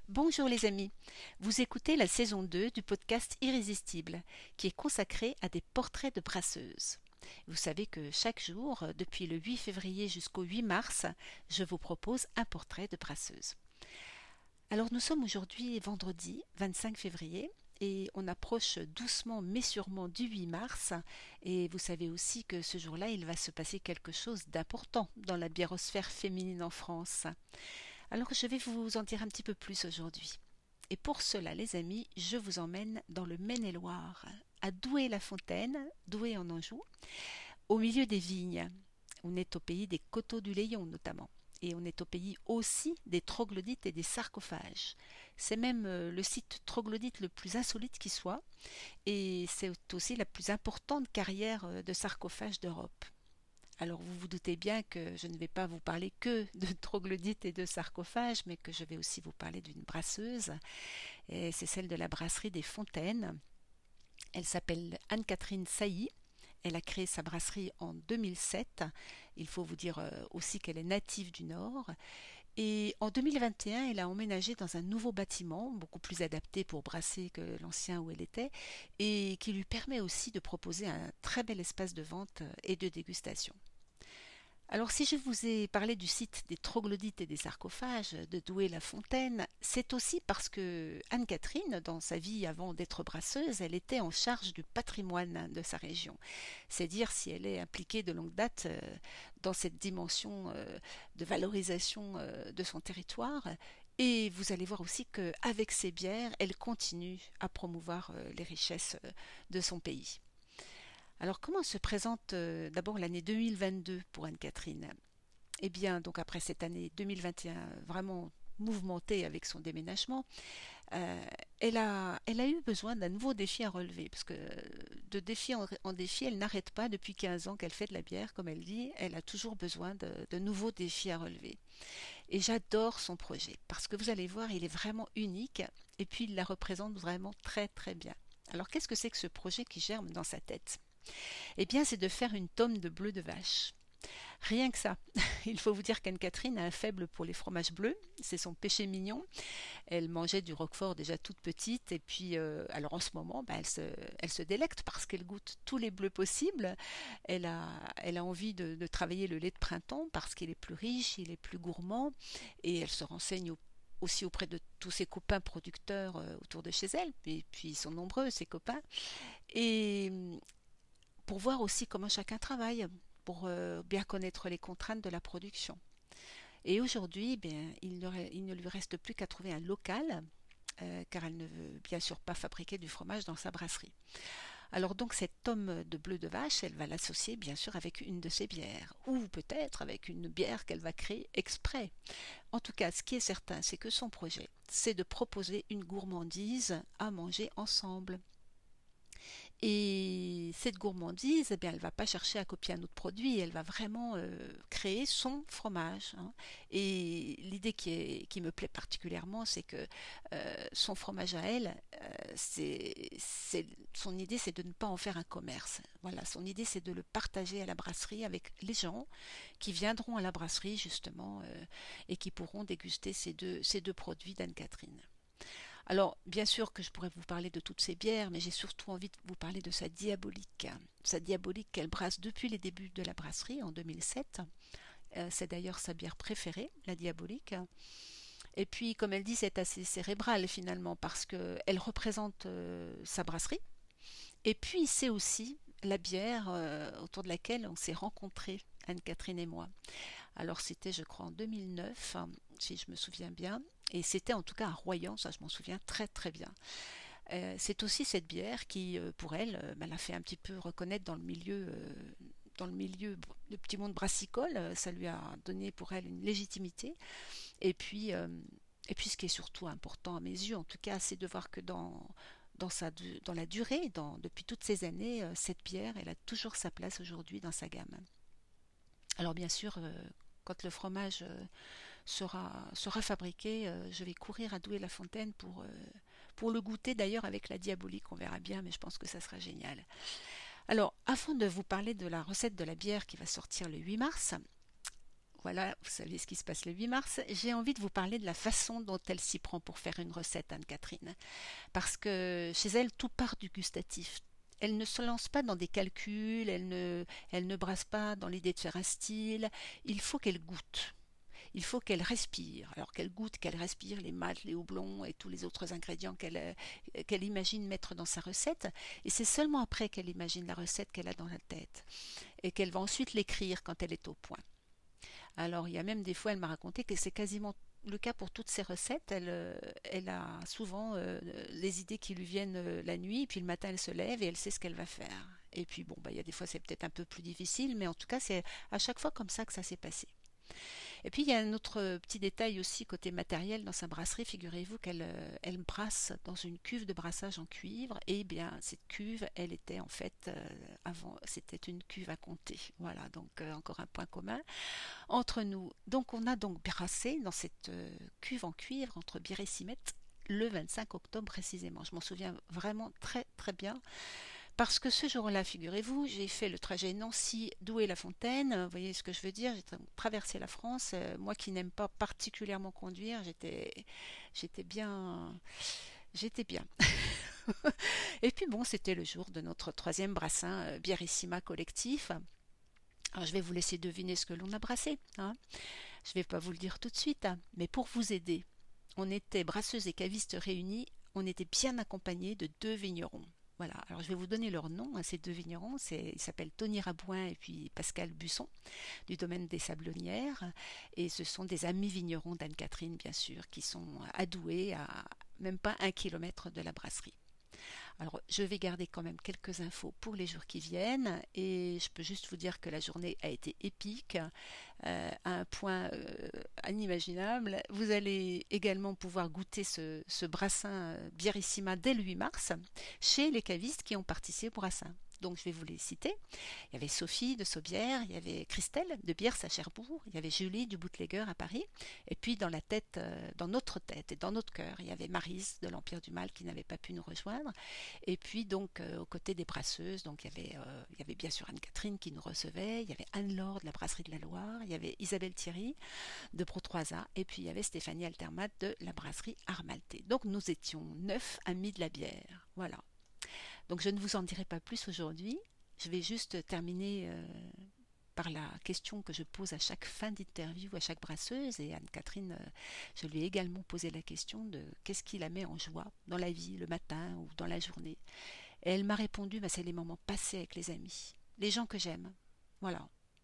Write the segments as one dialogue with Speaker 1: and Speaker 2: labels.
Speaker 1: Bonjour les amis, vous écoutez la saison 2 du podcast Irrésistible, qui est consacré à des portraits de brasseuses. Vous savez que chaque jour, depuis le 8 février jusqu'au 8 mars, je vous propose un portrait de brasseuse. Alors nous sommes aujourd'hui vendredi 25 février et on approche doucement mais sûrement du 8 mars, et vous savez aussi que ce jour-là il va se passer quelque chose d'important dans la biérosphère féminine en France. Alors je vais vous en dire un petit peu plus aujourd'hui. Et pour cela les amis, je vous emmène dans le Maine-et-Loire, à Douai-la-Fontaine, Douai en Anjou, au milieu des vignes. On est au pays des coteaux du Layon notamment. Et on est au pays aussi des troglodytes et des sarcophages. C'est même le site troglodyte le plus insolite qui soit, et c'est aussi la plus importante carrière de sarcophages d'Europe. Alors vous vous doutez bien que je ne vais pas vous parler que de troglodytes et de sarcophages, mais que je vais aussi vous parler d'une brasseuse, et c'est celle de la brasserie des Fontaines. Elle s'appelle Anne-Catherine Sailly. Elle a créé sa brasserie en 2007. Il faut vous dire aussi qu'elle est native du Nord. Et en 2021, elle a emménagé dans un nouveau bâtiment, beaucoup plus adapté pour brasser que l'ancien où elle était, et qui lui permet aussi de proposer un très bel espace de vente et de dégustation. Alors si je vous ai parlé du site des troglodytes et des sarcophages de Douai-la-Fontaine, c'est aussi parce que Anne-Catherine, dans sa vie avant d'être brasseuse, elle était en charge du patrimoine de sa région. C'est dire si elle est impliquée de longue date dans cette dimension de valorisation de son territoire. Et vous allez voir aussi qu'avec ses bières, elle continue à promouvoir les richesses de son pays. Alors comment se présente d'abord l'année 2022 pour Anne-Catherine? Eh bien, donc après cette année 2021 vraiment mouvementée avec son déménagement, elle a eu besoin d'un nouveau défi à relever, parce que de défi en défi, elle n'arrête pas depuis 15 ans qu'elle fait de la bière, comme elle dit, elle a toujours besoin de nouveaux défis à relever. Et j'adore son projet, parce que vous allez voir, il est vraiment unique, et puis il la représente vraiment très très bien. Alors qu'est-ce que c'est que ce projet qui germe dans sa tête? Eh bien, c'est de faire une tome de bleu de vache. Rien que ça. Il faut vous dire qu'Anne-Catherine a un faible pour les fromages bleus, c'est son péché mignon. Elle mangeait du roquefort déjà toute petite, et puis alors en ce moment, elle se délecte parce qu'elle goûte tous les bleus possibles. Elle a envie de travailler le lait de printemps parce qu'il est plus riche, il est plus gourmand, et elle se renseigne aussi auprès de tous ses copains producteurs autour de chez elle, et puis ils sont nombreux ces copains. Et pour voir aussi comment chacun travaille, pour bien connaître les contraintes de la production. Et aujourd'hui, bien, il ne lui reste plus qu'à trouver un local, car elle ne veut bien sûr pas fabriquer du fromage dans sa brasserie. Alors donc cette tome de bleu de vache, elle va l'associer bien sûr avec une de ses bières, ou peut-être avec une bière qu'elle va créer exprès. En tout cas, ce qui est certain, c'est que son projet, c'est de proposer une gourmandise à manger ensemble. Et cette gourmandise, eh bien, elle ne va pas chercher à copier un autre produit, elle va vraiment créer son fromage, hein. Et l'idée qui me plaît particulièrement, c'est que son fromage à elle, son idée, c'est de ne pas en faire un commerce. Voilà, son idée, c'est de le partager à la brasserie avec les gens qui viendront à la brasserie, justement, et qui pourront déguster ces deux produits d'Anne-Catherine. Alors, bien sûr que je pourrais vous parler de toutes ces bières, mais j'ai surtout envie de vous parler de sa diabolique. Sa diabolique qu'elle brasse depuis les débuts de la brasserie en 2007. C'est d'ailleurs sa bière préférée, la diabolique. Et puis, comme elle dit, c'est assez cérébral finalement, parce qu'elle représente sa brasserie. Et puis, c'est aussi la bière autour de laquelle on s'est rencontrés, Anne-Catherine et moi. Alors, c'était, je crois, en 2009, si je me souviens bien. Et c'était en tout cas à Royan, ça je m'en souviens très très bien. C'est aussi cette bière qui, pour elle, l'a fait un petit peu reconnaître dans le milieu du petit monde brassicole. Ça lui a donné pour elle une légitimité. Et puis, ce qui est surtout important à mes yeux, en tout cas, c'est de voir que dans la durée, depuis toutes ces années, cette bière, elle a toujours sa place aujourd'hui dans sa gamme. Alors bien sûr, quand le fromage sera fabriqué, je vais courir à Douai-la-Fontaine pour le goûter d'ailleurs avec la diabolique, on verra bien, mais je pense que ça sera génial. Alors, avant de vous parler de la recette de la bière qui va sortir le 8 mars, voilà, vous savez ce qui se passe le 8 mars, j'ai envie de vous parler de la façon dont elle s'y prend pour faire une recette, Anne-Catherine. Parce que chez elle, tout part du gustatif. Elle ne se lance pas dans des calculs, elle ne brasse pas dans l'idée de faire un style. Il faut qu'elle goûte. Il faut qu'elle respire. Alors qu'elle goûte, qu'elle respire les maltes, les houblons et tous les autres ingrédients qu'elle imagine mettre dans sa recette. Et c'est seulement après qu'elle imagine la recette qu'elle a dans la tête. Et qu'elle va ensuite l'écrire quand elle est au point. Alors, il y a même des fois, elle m'a raconté que c'est quasiment le cas pour toutes ses recettes. Elle a souvent les idées qui lui viennent la nuit, et puis le matin, elle se lève et elle sait ce qu'elle va faire. Et puis, bon, bah, il y a des fois, c'est peut-être un peu plus difficile, mais en tout cas, c'est à chaque fois comme ça que ça s'est passé. Et puis il y a un autre petit détail aussi côté matériel dans sa brasserie. Figurez-vous qu'elle brasse dans une cuve de brassage en cuivre. Et bien cette cuve, elle était en fait avant, c'était une cuve à compter. Voilà, donc encore un point commun entre nous. Donc on a donc brassé dans cette cuve en cuivre entre Bière et Cimette le 25 octobre précisément. Je m'en souviens vraiment très très bien. Parce que ce jour-là, figurez-vous, j'ai fait le trajet Nancy-Douai-la-Fontaine. Vous voyez ce que je veux dire? J'ai traversé la France. Moi qui n'aime pas particulièrement conduire, j'étais bien. J'étais bien. Et puis bon, c'était le jour de notre troisième brassin Biérissima collectif. Alors je vais vous laisser deviner ce que l'on a brassé, hein. Je ne vais pas vous le dire tout de suite, hein, mais pour vous aider, on était brasseuses et cavistes réunis, on était bien accompagnés de deux vignerons. Voilà, alors je vais vous donner leur nom, hein, ces deux vignerons, ils s'appellent Tony Rabouin et puis Pascal Busson, du domaine des Sablonnières, et ce sont des amis vignerons d'Anne-Catherine, bien sûr, qui sont à Douai, à même pas 1 kilomètre de la brasserie. Alors, je vais garder quand même quelques infos pour les jours qui viennent et je peux juste vous dire que la journée a été épique à un point inimaginable. Vous allez également pouvoir goûter ce brassin Biérissima dès le 8 mars chez les cavistes qui ont participé au brassin. Donc je vais vous les citer. Il y avait Sophie de Saubière, il y avait Christelle de Biers à Cherbourg, il y avait Julie du Bootlegger à Paris, et puis dans la tête, dans notre tête et dans notre cœur, il y avait Maryse de l'Empire du Mal qui n'avait pas pu nous rejoindre. Et puis donc aux côtés des brasseuses, donc il y avait bien sûr Anne-Catherine qui nous recevait, il y avait Anne-Laure de la brasserie de la Loire, il y avait Isabelle Thierry de Protroisa, et puis il y avait Stéphanie Altermat de la brasserie Armalté. Donc nous étions 9 amis de la bière. Voilà. Donc je ne vous en dirai pas plus aujourd'hui. Je vais juste terminer par la question que je pose à chaque fin d'interview, à chaque brasseuse. Et Anne-Catherine, je lui ai également posé la question de qu'est-ce qui la met en joie dans la vie, le matin ou dans la journée. Et elle m'a répondu, bah, c'est les moments passés avec les amis, les gens que j'aime. Voilà.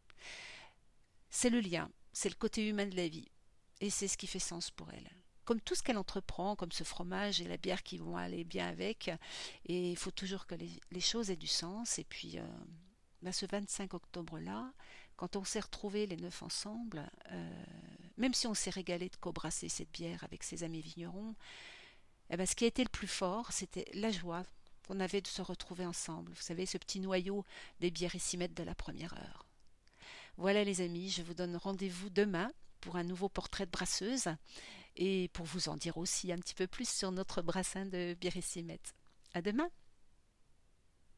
Speaker 1: C'est le lien, c'est le côté humain de la vie. Et c'est ce qui fait sens pour elle. Comme tout ce qu'elle entreprend, comme ce fromage et la bière qui vont aller bien avec. Et il faut toujours que les choses aient du sens. Et puis, ben ce 25 octobre-là, quand on s'est retrouvés les 9 ensemble, même si on s'est régalé de co-brasser cette bière avec ses amis vignerons, eh ben, ce qui a été le plus fort, c'était la joie qu'on avait de se retrouver ensemble. Vous savez, ce petit noyau des biérissimètres de la première heure. Voilà les amis, je vous donne rendez-vous demain pour un nouveau portrait de brasseuse et pour vous en dire aussi un petit peu plus sur notre brassin de Biérissymètre. À demain!